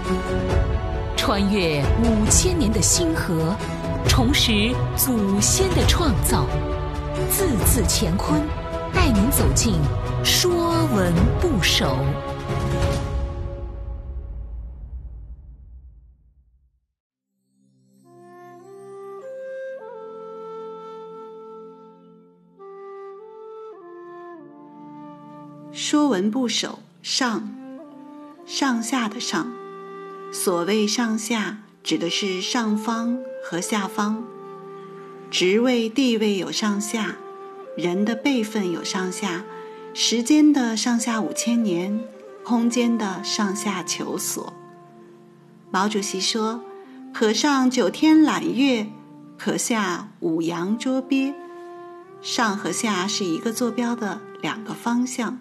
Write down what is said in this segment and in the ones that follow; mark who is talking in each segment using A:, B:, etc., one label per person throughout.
A: 穿越5000年的星河，重拾祖先的创造，字字乾坤，带您走进《说文不首》。
B: 说文部首上，上下的上。所谓上下，指的是上方和下方，职位地位有上下，人的辈分有上下，时间的上下5000年，空间的上下求索。毛主席说，可上9天揽月，可下5洋捉鳖。上和下是一个坐标的2个方向。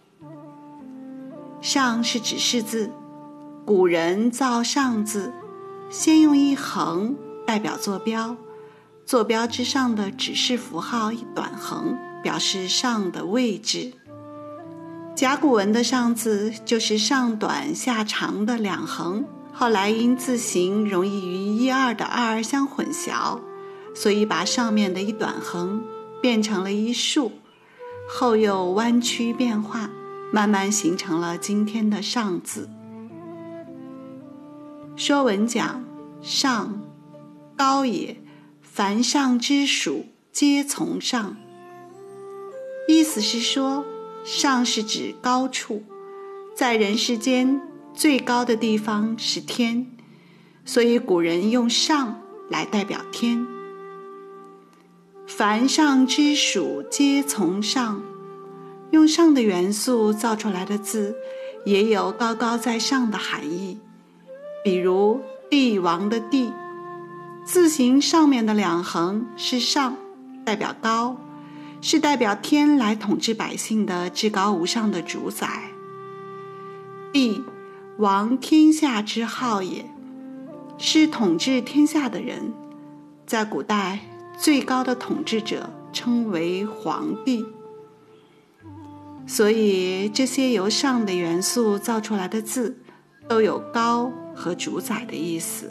B: 上是指示字，古人造上字，先用一横代表坐标，坐标之上的指示符号一短横，表示上的位置。甲骨文的上字就是上短下长的2横，后来因字形容易与一二的二相混淆，所以把上面的一短横变成了一竖，后又弯曲变化，慢慢形成了今天的上字。说文讲，上，高也，凡上之属，皆从上。意思是说，上是指高处，在人世间最高的地方是天，所以古人用上来代表天。凡上之属，皆从上。用上的元素造出来的字，也有高高在上的含义。比如帝王的帝，字形上面的2横是上，代表高，是代表天来统治百姓的至高无上的主宰。帝，王天下之号也，是统治天下的人。在古代，最高的统治者称为皇帝。所以这些由上的元素造出来的字，都有高和主宰的意思。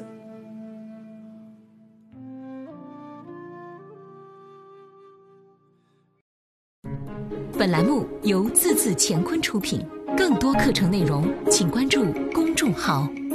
A: 本栏目由字字乾坤出品，更多课程内容请关注公众号